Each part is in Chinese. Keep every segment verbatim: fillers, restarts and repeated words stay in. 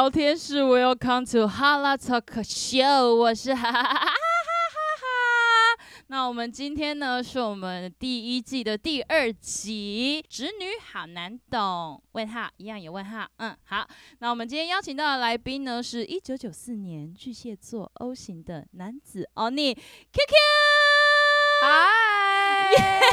聊天室 ，Welcome to Hala Talk Show， 我是哈哈哈哈哈哈。那我们今天呢，是我们第一季的第二集，直女好难懂？问号一样有问号，嗯，好。那我们今天邀请到的来宾呢，是一九九四年巨蟹座 O 型的男子欧尼 Q Q。 嗨，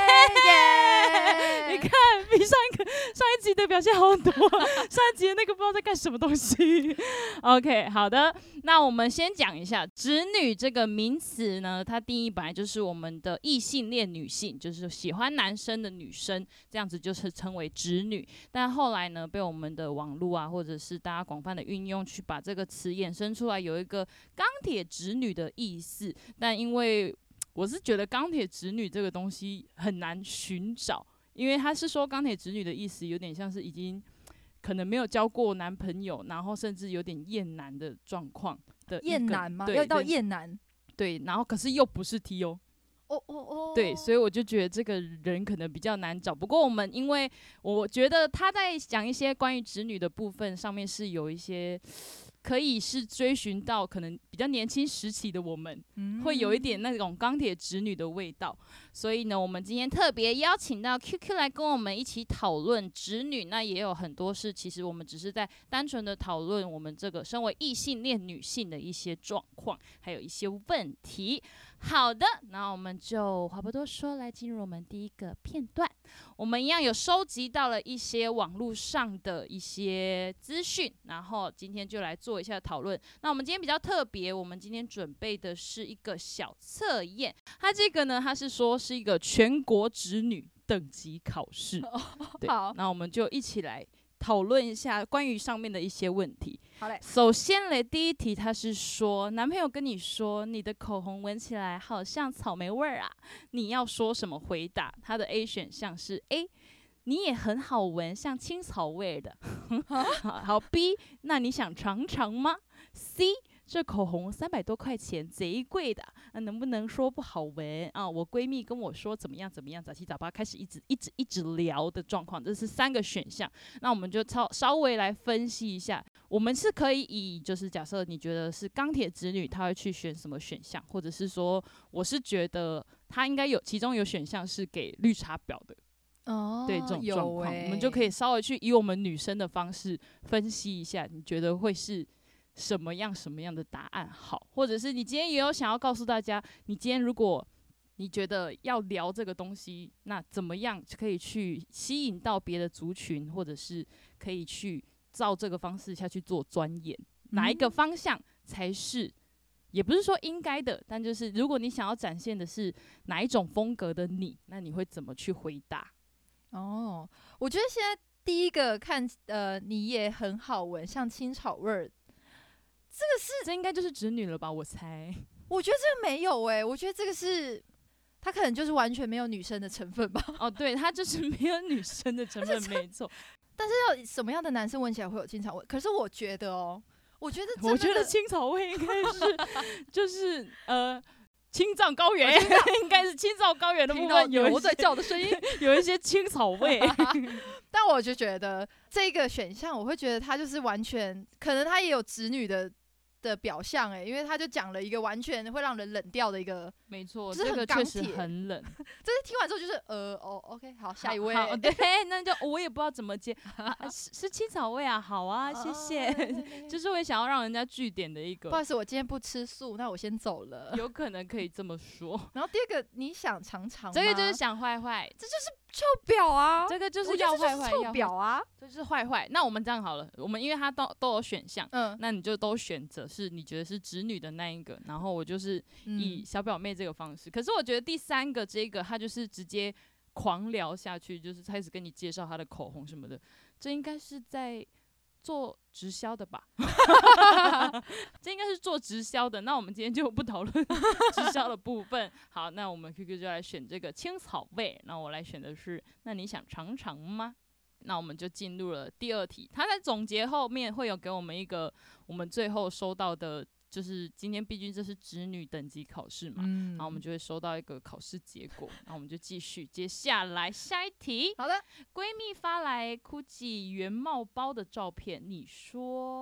你看，比上一个上一集的表现好很多，上一集的那个不知道在干什么东西。OK， 好的，那我们先讲一下直女这个名词呢，它定义本来就是我们的异性恋女性，就是喜欢男生的女生，这样子就是称为直女。但后来呢，被我们的网络啊，或者是大家广泛的运用，去把这个词衍生出来，有一个钢铁直女的意思。但因为我是觉得钢铁直女这个东西很难寻找，因为他是说钢铁直女的意思有点像是已经可能没有交过男朋友，然后甚至有点厌男的状况的厌男吗？ 对要到厌男？ 对，然后可是又不是 T O。 哦哦哦， 对，所以我就觉得这个人可能比较难找。不过我们因为我觉得他在讲一些关于直女的部分上面是有一些可以是追寻到可能比较年轻时期的我们，嗯、会有一点那种钢铁直女的味道。所以呢，我们今天特别邀请到 Q Q 来跟我们一起讨论直女。那也有很多是其实我们只是在单纯的讨论我们这个身为异性恋女性的一些状况，还有一些问题。好的，那我们就话不多说，来进入我们第一个片段。我们一样有收集到了一些网络上的一些资讯，然后今天就来做一下讨论。那我们今天比较特别，我们今天准备的是一个小测验。它这个呢，它是说是一个全国直女等级考试。对， 好， 那我们就一起来讨论一下关于上面的一些问题。 好嘞， 首先嘞，第一题他是说，男朋友跟你说你的口红闻起来好像草莓味儿啊，你要说什么回答？他的 A 选项是 A， 你也很好闻，像青草味的。好, 好 B， 那你想尝尝吗 ？C，这口红三百多块钱，贼贵的，啊，能不能说不好闻啊？我闺蜜跟我说怎么样怎么样，杂七杂八开始一直一直一直聊的状况，这是三个选项。那我们就稍稍微来分析一下，我们是可以以就是假设你觉得是钢铁直女，她会去选什么选项，或者是说我是觉得她应该有其中有选项是给绿茶婊的。 哦， 对这种状况， 欸、 我们就可以稍微去以我们女生的方式分析一下，你觉得会是什么样什么样的答案好，或者是你今天也有想要告诉大家，你今天如果你觉得要聊这个东西，那怎么样可以去吸引到别的族群，或者是可以去照这个方式下去做钻研，哪一个方向才是？也不是说应该的，但就是如果你想要展现的是哪一种风格的你，那你会怎么去回答？ 哦，我觉得现在第一个看，呃，你也很好闻，像青草味儿，这个是这应该就是直女了吧？我猜。 我觉得这个没有诶、欸，我觉得这个是他可能就是完全没有女生的成分吧。 哦，对，他就是没有女生的成分，没错。 但是要什么样的男生闻起来会有青草味？可是我觉得哦，我觉得真的我觉得青草味应该是就是呃。青藏高原应该是青藏高原的部分有牛在叫的声音， 有一些青草味。 但我就觉得这个选项，我会觉得他就是完全可能他也有直女的的表象哎、欸，因为他就讲了一个完全会让人冷掉的一个， 没错， 就是很钢铁， 这个确实很冷。 这是听完之后就是呃哦 ，OK， 好，下一位。 好，对，那就我也不知道怎么接，啊、是是青草味啊，好啊，谢谢。就是会想要让人家据点的一个。 不好意思，我今天不吃素，那我先走了。 有可能可以这么说。 然后第二个，你想尝尝吗？ 这个就是想坏坏， 这就是臭婊啊！ 这个就是要坏坏， 臭婊啊！ 这就是坏坏。那我们这样好了，我们因为他都都有选项， 嗯， 那你就都选择是你觉得是直女的那一个，然后我就是以小表妹这个方式。嗯、可是我觉得第三个这个，他就是直接狂聊下去，就是开始跟你介绍他的口红什么的，这应该是在做直销的吧？这应该是做直销的。那我们今天就不讨论直销的部分。好，那我们 Q Q 就来选这个青草味。那我来选的是，那你想尝尝吗？那我们就进入了第二题。他在总结后面会有给我们一个我们最后收到的。就是今天毕竟这是直女等级考试嘛，嗯、然后我们就会收到一个考试结果，然后我们就继续接下来下一题。 好的， 闺蜜发来 Gucci 原帽包的照片，你说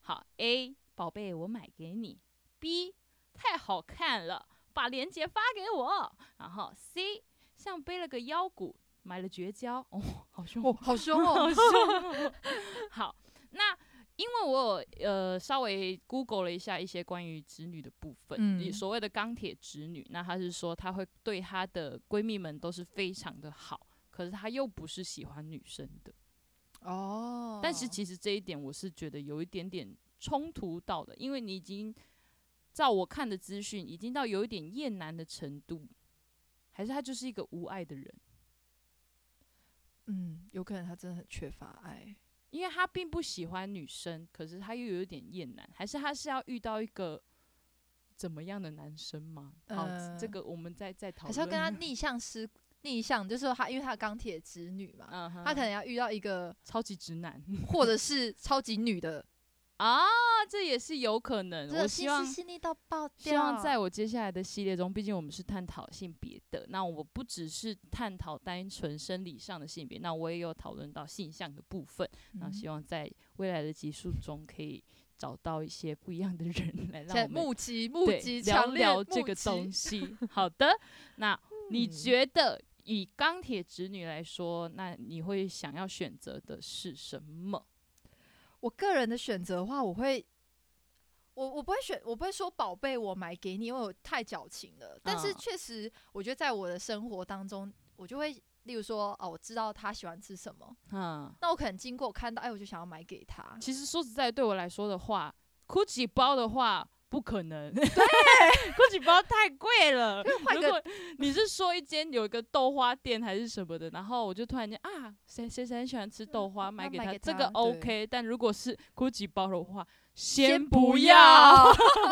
好 ，A 宝贝，我买给你 ；B 太好看了，把链接发给我。然后 C 像背了个腰鼓，买了绝交。哦，好凶， 哦，好凶哦， 好凶。好，那因为我有呃稍微 Google 了一下一些关于直女的部分， 嗯所谓的钢铁直女，那她是说她会对她的闺蜜们都是非常的好，可是她又不是喜欢女生的。 哦， 但是其实这一点我是觉得有一点点冲突到的，因为你已经照我看的资讯，已经到有一点厌男的程度，还是他就是一个无爱的人？ 嗯，有可能他真的很缺乏爱， 因为他并不喜欢女生，可是他又有一点厌男，还是他是要遇到一个怎么样的男生吗？好， 呃、 这个我们再再讨论。 还是要跟他逆向思逆向，就是说他因为他钢铁直女嘛， 嗯哼， 他可能要遇到一个超级直男， 或者是超级女的啊，这也是有可能。我希望细腻到爆掉。 希望在我接下来的系列中，毕竟我们是探讨性别的，那我不只是探讨单纯生理上的性别，那我也有讨论到性向的部分。 嗯、 那希望在未来的集数中可以找到一些不一样的人来让我们目击目击聊强烈聊这个东西。好的，那你觉得以钢铁直女来说，那你会想要选择的是什么？ 我个人的选择的话，我会，我我不会选，我不会说宝贝，我买给你，因为我太矫情了。但是确实，我觉得在我的生活当中，我就会，例如说，哦，我知道他喜欢吃什么，嗯，那我可能经过看到，哎，我就想要买给他。 其实说实在，对我来说的话 ，Gucci 包的话。不可能，对，Gucci 包太贵了。如果你是说一间有一个豆花店还是什么的，然后我就突然间啊，谁谁谁很喜欢吃豆花，买给他， 给他这个 OK。但如果是 Gucci 包的话， 先不要。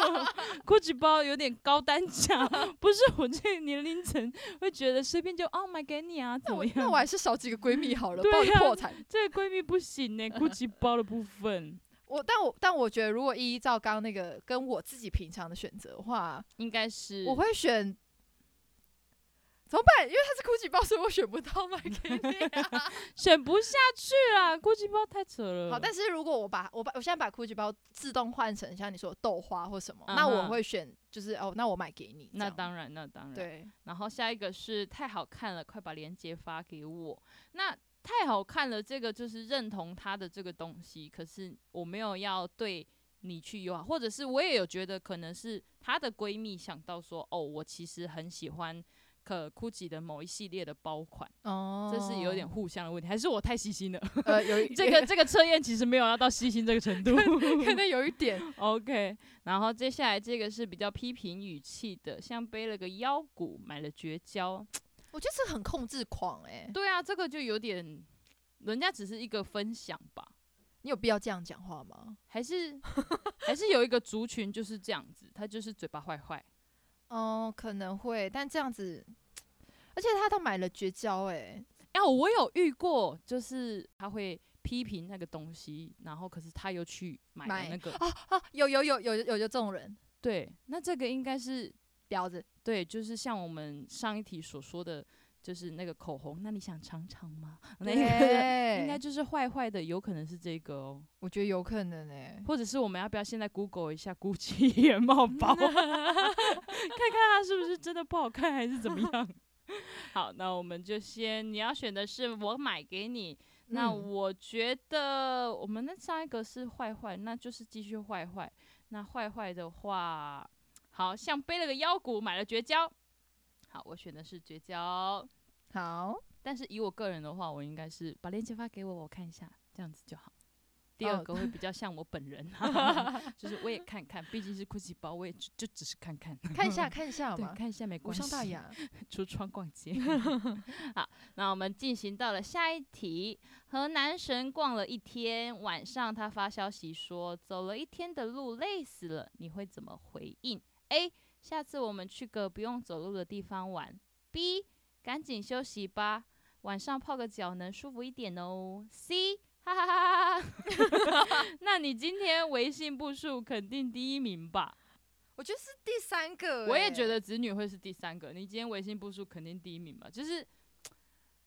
Gucci 包有点高单价，不是我这个年龄层会觉得随便就哦买给你啊，怎么样？ 那我还是少几个闺蜜好了， 对啊、 不然破产。 这个闺蜜不行呢、欸、，Gucci 包的部分。 我但我但我觉得，如果依照刚刚那个跟我自己平常的选择的话， 应该是我会选怎么办？因为它是 Gucci 包，所以我选不到买给你、啊， 选不下去啦。Gucci 包太扯了。 好，但是如果我把我把我现在把 Gucci 包自动换成像你说的豆花或什么， 嗯、 那我会选就是哦，那我买给你。 那当然，那当然。 对。 然后下一个是太好看了，快把链接发给我。那太好看了，这个就是认同他的这个东西，可是我没有要对你去友好，或者是我也有觉得可能是她的闺蜜想到说，哦，我其实很喜欢可 Gucci 的某一系列的包款，哦，这是有点互相的问题，还是我太细心了？ 呃，有这个这个测验其实没有要到细心这个程度， 可能有一点。 OK， 然后接下来这个是比较批评语气的，像背了个腰鼓，买了绝交。 我觉得这很控制狂哎、欸。 对啊，这个就有点，人家只是一个分享吧。 你有必要这样讲话吗？ 还是还是有一个族群就是这样子，他就是嘴巴坏坏。 哦，可能会，但这样子，而且他都买了绝交哎、欸。 哎、啊，我有遇过，就是他会批评那个东西，然后可是他又去买了那个。 啊啊，有有有有有有这种人。 对，那这个应该是。 婊子。 对，就是像我们上一题所说的，就是那个口红，那你想尝尝吗？那个应该就是坏坏的，有可能是这个哦。 我觉得有可能哎、欸， 或者是我们要不要现在 Google 一下 Gucci 眼帽包，看看它是不是真的不好看，还是怎么样？好，那我们就先，你要选的是我买给你。嗯、那我觉得我们那上一个是坏坏，那就是继续坏坏。那坏坏的话。好像背了个腰鼓，买了绝交。好，我选的是绝交。 好， 但是以我个人的话，我应该是把链接发给我，我看一下，这样子就好。第二个会比较像我本人，哦、就是我也看看，毕竟是 Gucci 包，我也 就, 就只是看看， 看一下看一下嘛， 对，看一下没关系， 无伤大雅。 橱窗逛街。好，那我们进行到了下一题。和男神逛了一天，晚上他发消息说走了一天的路，累死了，你会怎么回应？A. 下次我们去个不用走路的地方玩。B. 赶紧休息吧，晚上泡个脚能舒服一点哦。C. 哈哈哈哈，那你今天微信步数肯定第一名吧？ 我觉得是第三个、欸。 我也觉得子女会是第三个。你今天微信步数肯定第一名吧？就是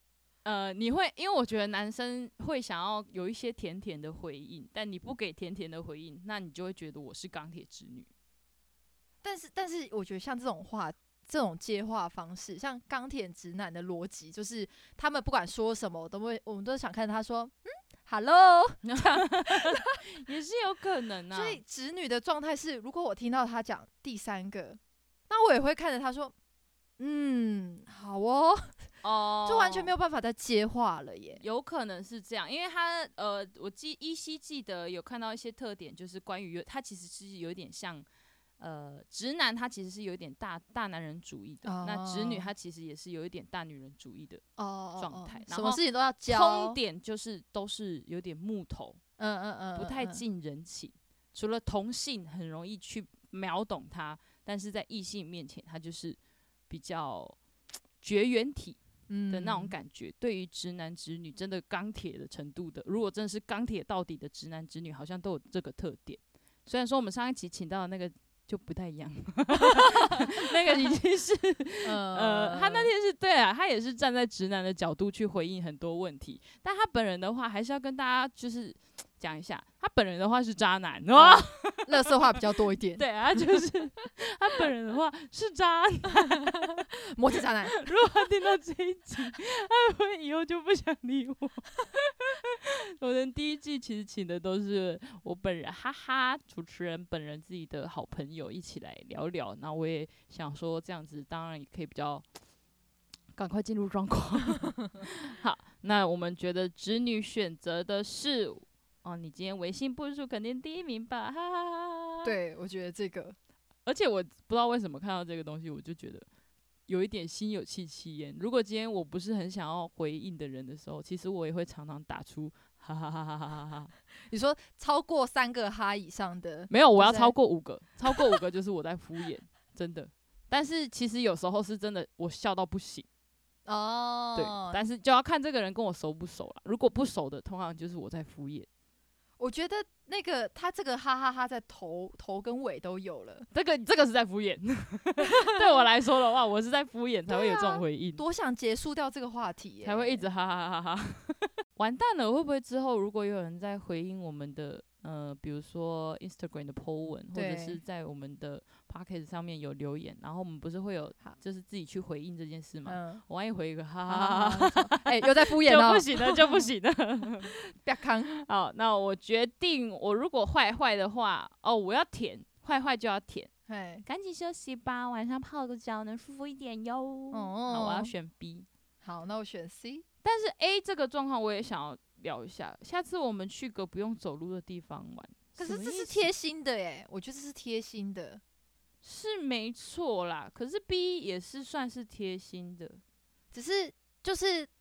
呃，你会因为我觉得男生会想要有一些甜甜的回应，但你不给甜甜的回应，那你就会觉得我是钢铁直女。 但是但是我觉得像这种话。这种接话方式，像钢铁直男的逻辑，就是他们不管说什么，我都会，我们都想看他说，嗯 ，hello， 也是有可能啊。 所以直女的状态是，如果我听到他讲第三个，那我也会看着他说，嗯，好哦，哦，就完全没有办法再接话了耶。 有可能是这样，因为他呃，我记依稀记得有看到一些特点，就是关于他其实是有点像。呃，直男他其实是有一点大大男人主义的，哦、那直女她其实也是有一点大女人主义的状态、哦哦哦， 什么事情都要教。 通点就是都是有点木头， 嗯嗯嗯， 不太近人情。嗯嗯、除了同性很容易去秒懂他，但是在异性面前，他就是比较绝缘体的那种感觉。嗯、对于直男直女，真的钢铁的程度的，如果真的是钢铁到底的直男直女，好像都有这个特点。虽然说我们上一期请到的那个。就不太一样，那个已经是呃，他那天是对啊，他也是站在直男的角度去回应很多问题，但他本人的话还是要跟大家就是讲一下，他本人的话是渣男，哇、嗯， 垃圾话比较多一点。 对啊，就是他本人的话是渣男， 摩羯渣男。 如果他听到这一集，他会不会以后就不想理我？我的第一季其实请的都是我本人，哈哈，主持人本人自己的好朋友一起来聊聊。那我也想说，这样子当然也可以比较赶快进入状况。好，那我们觉得直女选择的是哦，你今天微信步数肯定第一名吧？哈哈哈哈。 对，我觉得这个， 而且我不知道为什么看到这个东西，我就觉得。有一点心有戚戚焉。如果今天我不是很想要回应的人的时候，其实我也会常常打出哈哈哈哈哈哈哈。 你说超过三个哈以上的， 没有，我要超过五个，超过五个就是我在敷衍，真的。但是其实有时候是真的，我笑到不行。哦，对，但是就要看这个人跟我熟不熟了。如果不熟的，通常就是我在敷衍。 我觉得那个他这个哈哈哈在头头跟尾都有了， 这个这个是在敷衍。对我来说的话，我是在敷衍才会有这种回应。 啊、多想结束掉这个话题耶， 才会一直哈哈哈哈哈。完蛋了，会不会之后如果有人在回应我们的呃，比如说 Instagram 的 po 文，或者是在我们的 Podcast 上面有留言，然后我们不是会有就是自己去回应这件事吗？嗯、我万一回一个哈哈哈哈， 哎，又在敷衍了， 就不行了，就不行了。 不要扛。 好，那我决定，我如果坏坏的话，哦，我要舔，坏坏就要舔。赶紧休息吧，晚上泡个脚能舒服一点哟。哦，好，我要选 B。 好，那我选 C。 但是 A 这个状况我也想要聊一下，下次我们去个不用走路的地方玩。 可是这是贴心的耶，我觉得这是贴心的， 是没错啦。可是 B 也是算是贴心的， 只是就是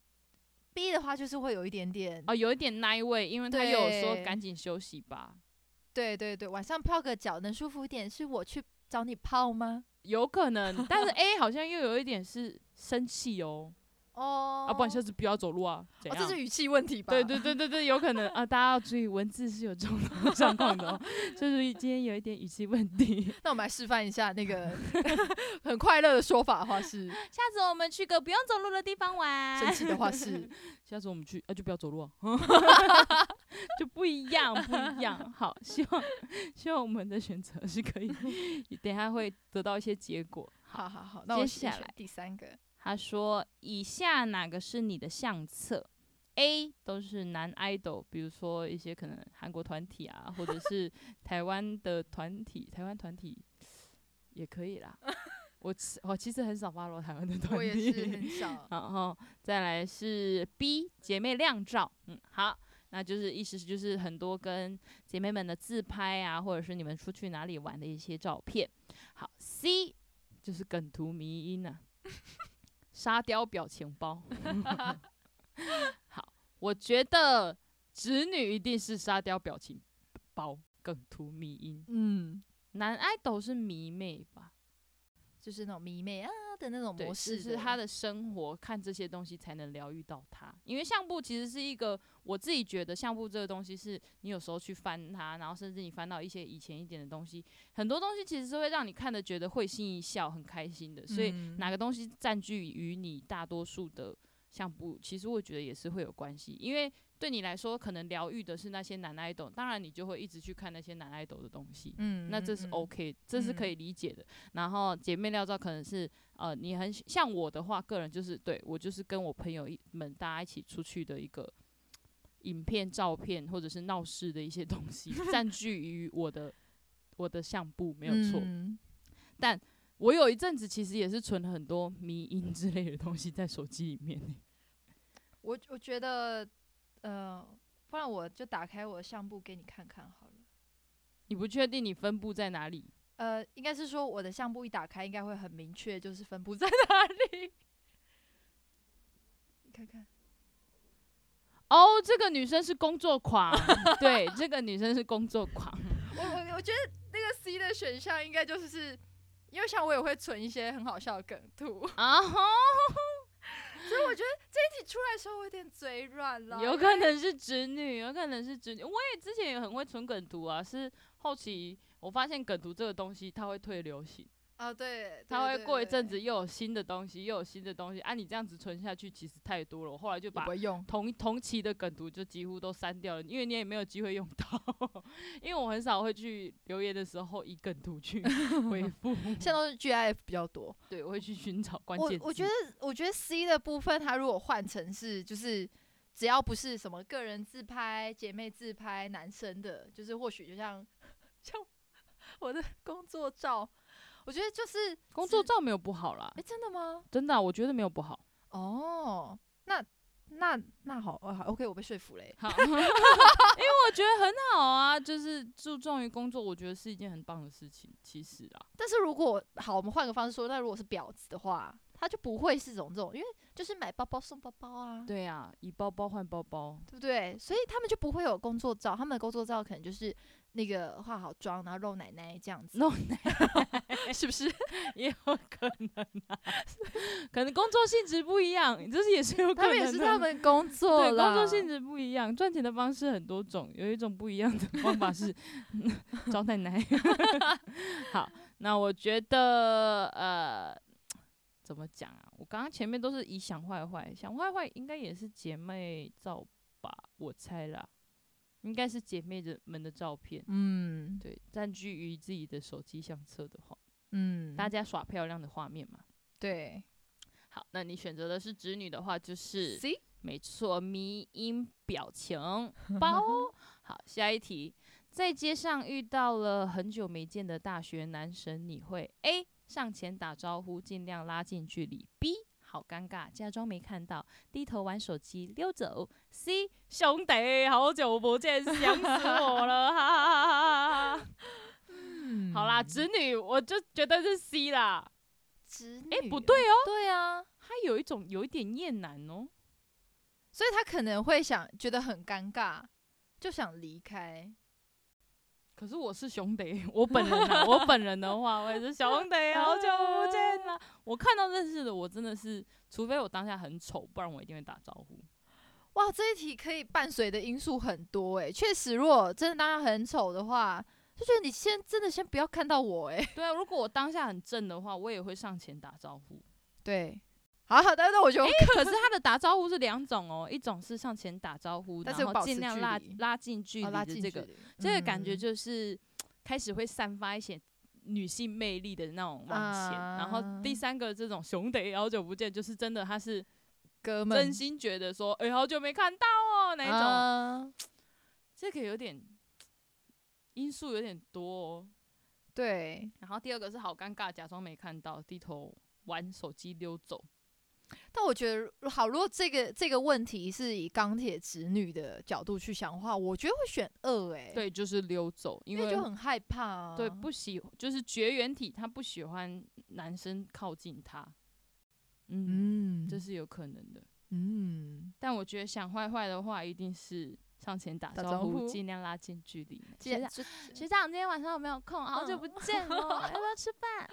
B 的话就是会有一点点哦，有一点奶味，因为他有说赶紧休息吧。 对对对，晚上泡个脚能舒服一点，是我去找你泡吗？ 有可能，但是 A 好像又有一点是生气哦。哦，啊，不然下次不要走路啊？怎样？ 哦，这是语气问题吧？ 对对对对对，有可能啊，大家要注意，文字是有这种状况的哦，就是今天有一点语气问题。 那我们来示范一下那个很快乐的说法的话是： 下次我们去个不用走路的地方玩。 生气的话是： 下次我们去啊，就不要走路啊，就不一样，不一样。好，希望希望我们的选择是可以，等一下会得到一些结果。 好好好，那我接下来第三个。 他说：“以下哪个是你的相册 ？A 都是男 idol， 比如说一些可能韩国团体啊，或者是台湾的团体，台湾团体也可以啦。我我其实很少 follow 台湾的团体， 我也是很少。 然后再来是 B 姐妹靓照，嗯，好，那就是意思就是很多跟姐妹们的自拍啊，或者是你们出去哪里玩的一些照片。好 ，C 就是梗图迷因啊。”沙雕表情包，好，我觉得直女一定是沙雕表情包，梗图迷因。嗯，男爱豆是迷妹吧， 就是那种迷妹啊的那种模式的， 就是他的生活看这些东西才能疗愈到他。因为相簿其实是一个，我自己觉得相簿这个东西是你有时候去翻它，然后甚至你翻到一些以前一点的东西，很多东西其实是会让你看的觉得会心一笑，很开心的。所以哪个东西占据于你大多数的相簿，其实我觉得也是会有关系，因为对你来说，可能疗愈的是那些男 idol， 当然你就会一直去看那些男 idol 的东西，嗯，那这是 OK，嗯，这是可以理解的。嗯，然后姐妹料照可能是呃，你很像我的话，个人就是对我就是跟我朋友们大家一起出去的一个影片、照片或者是闹事的一些东西，占据于我的我的相簿，没有错。嗯，但我有一阵子其实也是存了很多迷因之类的东西在手机里面。 我我觉得。呃，不然我就打开我的相簿给你看看好了。 你不确定你分布在哪里？ 呃，应该是说我的相簿一打开，应该会很明确，就是分布在哪里。你看看。 哦，这个女生是工作狂，对，这个女生是工作狂。 我我我觉得那个 C 的选项应该就是，因为像我也会存一些很好笑的梗图啊。所以我觉得这一题出来的时候，我有点嘴软了。 有可能是直女，有可能是直女。我也之前也很会存梗图啊，是后期我发现梗图这个东西它会退流行啊，对， 它会过一阵子又有新的东西，又有新的东西啊。你这样子存下去其实太多了，我后来就把同同期的梗图就几乎都删掉了，因为你也没有机会用到。因为我很少会去留言的时候以梗图去回复， 现在都是 G I F 比较多。 对，我会去寻找关键字。 我我觉得，我觉得 C 的部分，它如果换成是就是只要不是什么个人自拍、姐妹自拍、男生的，就是或许就像像我的工作照。我觉得就是工作照没有不好啦， 哎、欸，真的吗？ 真的、啊，我觉得没有不好。 哦，那那那好，好 ，OK， 我被说服了、欸。好， 因为我觉得很好啊，就是注重于工作，我觉得是一件很棒的事情，其实啦。 但是如果好，我们换个方式说，那如果是婊子的话，他就不会是这种这种，因为就是买包包送包包啊。 对啊，以包包换包包， 对不对？所以他们就不会有工作照，他们的工作照可能就是那个化好妆，然后露奶奶这样子。 露奶奶是不是？也有可能啊，可能工作性质不一样，这是也是有可能的。 他们也是他们工作对，工作性质不一样，赚钱的方式很多种，有一种不一样的方法是找奶奶。好，那我觉得呃。怎么讲啊？我刚刚前面都是以想坏坏，想坏坏应该也是姐妹照吧，我猜啦，应该是姐妹的们的照片。嗯，对，占据于自己的手机相册的话，嗯，大家耍漂亮的画面嘛。 对， 好，那你选择的是直女的话，就是 C， 没错，迷因表情包。好，下一题，在街上遇到了很久没见的大学男神，你会 A上前打招呼，尽量拉近距离 B 好尴尬，假装没看到，低头玩手机溜走 C 兄弟好久不见，想死我了，哈哈哈哈哈。嗯，好啦，直女我就觉得是 C 啦。 直女？ 哎、欸，不对哦。 对啊， 他有一种有一点厌男哦， 所以他可能会想觉得很尴尬，就想离开。 可是我是兄弟，我本人啊，我本人的话，我也是兄弟，好久不见啦。我看到认识的，我真的是，除非我当下很丑，不然我一定会打招呼。 哇，这一题可以伴随的因素很多哎、欸，确实，如果真的当下很丑的话，就觉得你先真的先不要看到我哎、欸。 对啊，如果我当下很正的话，我也会上前打招呼。 对。好好的，那我就、欸。 可是他的打招呼是两种哦，一种是上前打招呼，然后尽量拉拉近距离的这个，哦、这个感觉就是开始会散发一些女性魅力的那种往前。啊、然后第三个这种兄弟好久不见，就是真的他是哥们， 真心觉得说，哎、欸，好久没看到哦那一种，啊、这个有点因素有点多哦。 对， 然后第二个是好尴尬，假装没看到，低头玩手机溜走。 但我觉得好，如果这个这个问题是以钢铁直女的角度去想的话，我觉得会选二哎、欸。 对，就是溜走，因为, 因为就很害怕啊。 对，不喜就是绝缘体，他不喜欢男生靠近他。嗯，嗯这是有可能的。嗯，但我觉得想坏坏的话，一定是上前打招呼，尽量拉近距离。学长，学长，今天晚上有没有空？好久不见了，要不要吃饭？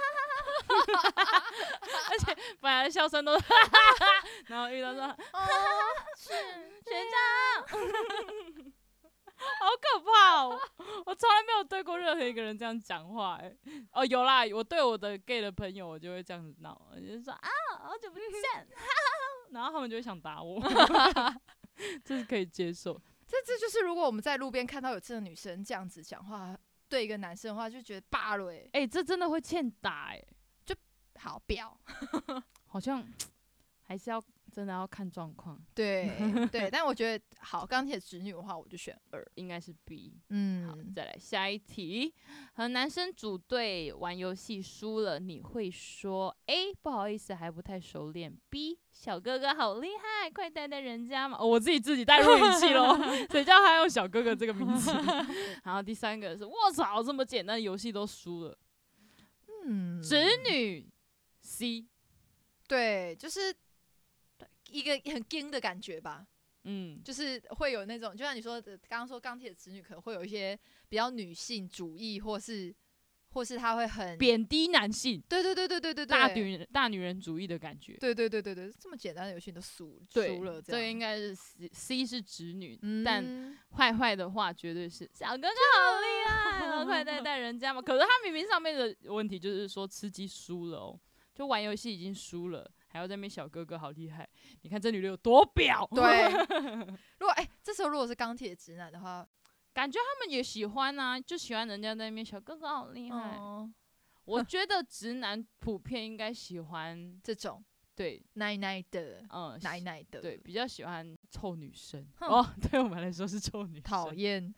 而且本来的笑声都是然后遇到说哦是学长好可怕哦，我从来没有对过任何一个人这样讲话哎、欸。哦有啦，我对我的 gay 的朋友我就会这样子闹，我就说啊好久不见然后他们就会想打我，这是可以接受。 这这就是如果我们在路边看到有这个女生这样子讲话对一个男生的话，就觉得霸了哎、 哎、欸，这真的会欠打哎、欸， 就好不要， 好像还是要真的要看状况。 对对，但我觉得好，钢铁直女的话，我就选二， 应该是 B。 嗯， 好，再来下一题。和男生组队玩游戏输了，你会说 A 不好意思还不太熟练 ，B 小哥哥好厉害，快带带人家嘛。哦，我自己自己带入语气咯，谁叫他用小哥哥这个名字？然后第三个是我操，这么简单的游戏都输了。 嗯， 直女 C。 对，就是一个很硬的感觉吧。 嗯， 就是会有那种，就像你说的，刚刚说钢铁直女可能会有一些比较女性主义，或是或是她会很贬低男性， 对对对对对对对， 大女大女人主义的感觉。 对对对对对，这么简单的游戏你都输输了， 这个应该是 C, C 是直女， 嗯、 但坏坏的话绝对是小哥哥好厉害，然后快带带人家嘛。可是他明明上面的问题就是说吃鸡输了哦，就玩游戏已经输了。还要在那边小哥哥好厉害，你看这女的有多婊。 对，如果哎、欸，这时候如果是钢铁直男的话， 感觉他们也喜欢啊，就喜欢人家在那边小哥哥好厉害。 嗯、 我觉得直男普遍应该喜欢这种对奶奶的， 嗯奶奶的， 对，比较喜欢臭女生。哦，对我们来说是臭女生， 讨厌。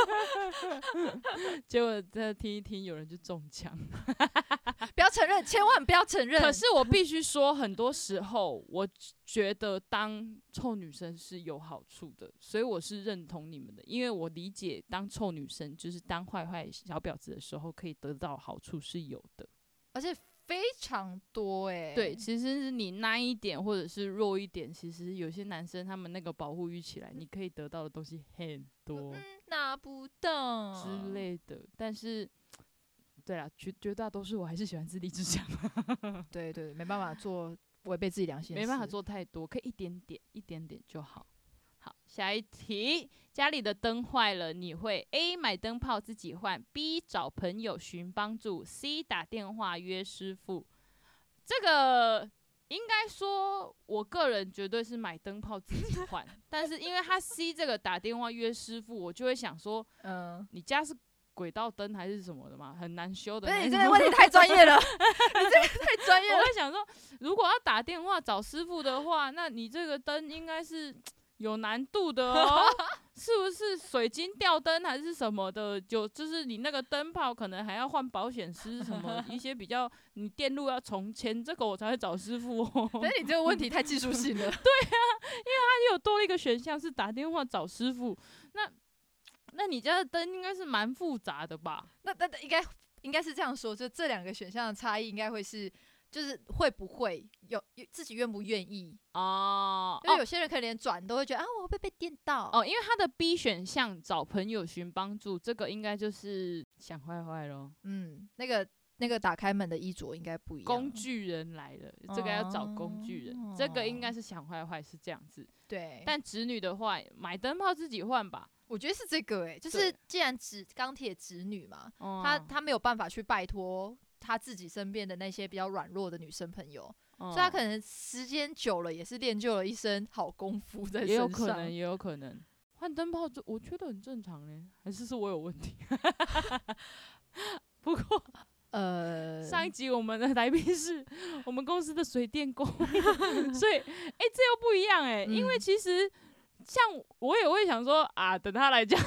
结果再听一听，有人就中枪。 不要承认，千万不要承认。 可是我必须说，很多时候我觉得当臭女生是有好处的，所以我是认同你们的，因为我理解当臭女生就是当坏坏小婊子的时候，可以得到好处是有的， 而且非常多哎、欸。 对，其实是你难一点或者是弱一点，其实有些男生他们那个保护欲起来，你可以得到的东西很多， 嗯，拿不到之类的，但是。对啦，绝绝大多数我还是喜欢自立自强。 对对，没办法做违背自己良心的事， 没办法做太多，可以一点点，一点点就好。好，下一题，家里的灯坏了，你会 A 买灯泡自己换 ，B 找朋友寻帮助 ，C 打电话约师傅。这个应该说，我个人绝对是买灯泡自己换，但是因为他 C 这个打电话约师傅，我就会想说，嗯，你家是轨道灯还是什么的嘛，很难修的。 不是你这个问题太专业了，你这个太专业了。 我会想说，如果要打电话找师傅的话，那你这个灯应该是有难度的哦，是不是水晶吊灯还是什么的？就就是你那个灯泡可能还要换保险丝什么一些比较，你电路要重签，这个我才会找师傅哦。 但是你这个问题太技术性了。对啊，因为它有多了一个选项是打电话找师傅，那。那你家的灯应该是蛮复杂的吧？ 那那应该应该是这样说，就这两个选项的差异应该会是，就是会不会有自己愿不愿意哦？因为有些人可能连转都会觉得啊，我会被电到哦。因为他的 B 选项找朋友寻帮助，这个应该就是想坏坏咯。 嗯，那个那个打开门的衣着应该不一样。 工具人来了，这个要找工具人，哦、这个应该是想坏坏是这样子。 对， 但直女的话，买灯泡自己换吧。 我觉得是这个诶、欸，就是既然直钢铁直女嘛，她她没有办法去拜托她自己身边的那些比较软弱的女生朋友，嗯、所以她可能时间久了也是练就了一身好功夫在身上。 也有可能，也有可能换灯泡，我觉得很正常嘞，还是是我有问题？不过。呃，上一集我们的来宾是我们公司的水电工，所以哎、欸，这又不一样哎、欸嗯，因为其实像我也会想说啊，等他来讲，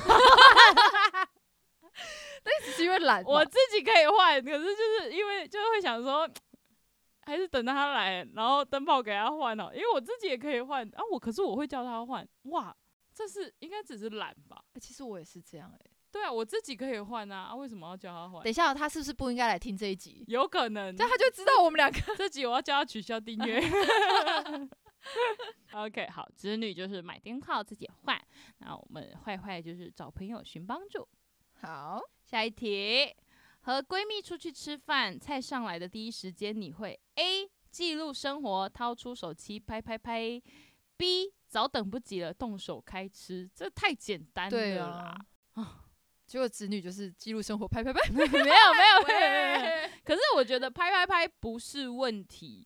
那只是因为懒， 我自己可以换，可是就是因为就是会想说，还是等他来，然后灯泡给他换哦，因为我自己也可以换啊，我可是我会叫他换，哇，这是应该只是懒吧？ 欸、其实我也是这样哎、欸。 对啊，我自己可以换啊，啊，为什么要叫他换？ 等一下，他是不是不应该来听这一集？ 有可能， 这样他就知道我们两个。 这集我要叫他取消订阅。OK， 好，直女就是买灯泡自己换，那我们坏坏就是找朋友寻帮助。 好， 下一题，和闺蜜出去吃饭，菜上来的第一时間，你會 A 記錄生活，掏出手機拍拍拍 ，B 早等不及了，動手開吃，這太簡單了啦。 啊結果子女就是記錄生活，拍拍拍， 沒有沒有沒有沒有。可是我覺得拍拍拍不是問題，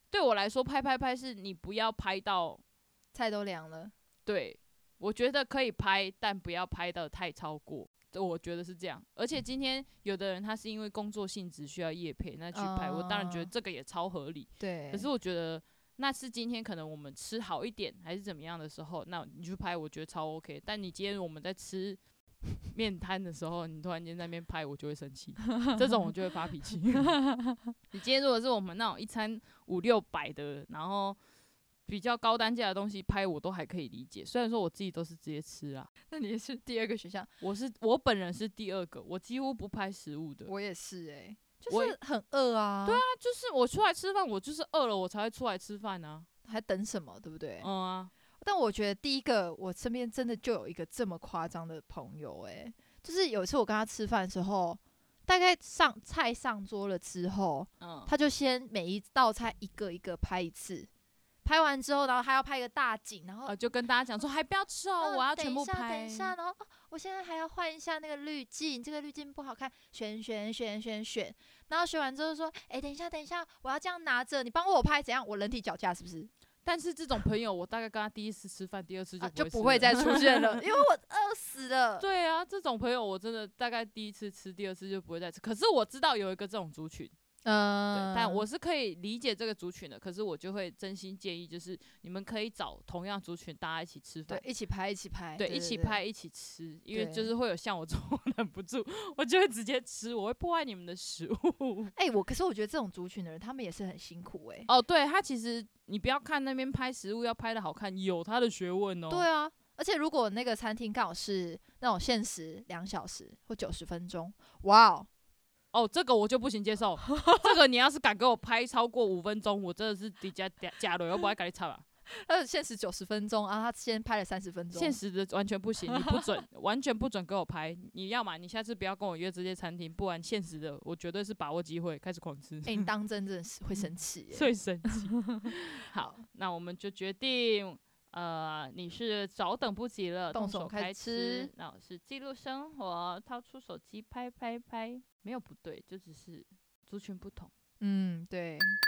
对我来说，拍拍拍是你不要拍到菜都凉了。 对，我觉得可以拍，但不要拍得太超过。我觉得是这样。而且今天有的人他是因为工作性质需要业配，那去拍，我当然觉得这个也超合理。 对。 可是我觉得那是今天可能我们吃好一点还是怎么样的时候，那你去拍，我觉得超 OK。但你今天我们在吃面摊的时候，你突然间在那边拍，我就会生气，这种我就会发脾气。你今天如果是我们那种一餐五六百的，然后比较高单价的东西拍，我都还可以理解。虽然说我自己都是直接吃啦， 那你是第二个选项， 我是我本人是第二个，我几乎不拍食物的。 我也是哎、欸，就是很饿啊。 对啊，就是我出来吃饭，我就是饿了我才会出来吃饭啊， 还等什么，对不对？ 嗯啊。 但我觉得第一个，我身边真的就有一个这么夸张的朋友、欸，哎，就是有一次我跟他吃饭的时候，大概上菜上桌了之后，嗯，他就先每一道菜一个一个拍一次，拍完之后，然后还要拍一个大景，然后、 呃、就跟大家讲说还不要吃哦、呃，我要全部拍。 等一下，等一下，然后、哦、我现在还要换一下那个滤镜，这个滤镜不好看，选选选选选，然后选完之后说，哎、欸，等一下，等一下，我要这样拿着，你帮我拍，怎样？我人体脚架是不是？ 但是这种朋友，我大概跟他第一次吃饭，第二次就不会、啊、 就不会再出现了，因为我饿死了。 对啊，这种朋友我真的大概第一次吃，第二次就不会再吃。可是我知道有一个这种族群，嗯，对，但我是可以理解这个族群的。可是我就会真心建议，就是你们可以找同样族群，大家一起吃饭， 对，一起拍，一起拍， 对， 对对对， 一起拍，一起吃，因为就是会有像我这种忍不住，我就会直接吃，我会破坏你们的食物。 哎、欸，我可是我觉得这种族群的人，他们也是很辛苦哎、欸。 哦，对，他其实你不要看那边拍食物要拍的好看，有他的学问哦。 对啊，而且如果那个餐厅刚好是那种限时两小时或九十分钟，哇哦！ 哦，这个我就不行接受。这个你要是敢给我拍超过五分钟，我真的是底加加了，我不爱跟你吵啊。 他限时九十分钟，然后他先拍了三十分钟， 限时的完全不行，你不准，完全不准给我拍。你要嘛，你下次不要跟我约这些餐厅，不然限时的我绝对是把握机会开始狂吃。 哎、欸，你当真真的是会生气耶， 会生气。好，那我们就决定。呃，你是早等不及了，动手开吃。那我是记录生活，掏出手机拍拍拍，没有不对，就只是族群不同。 嗯，对。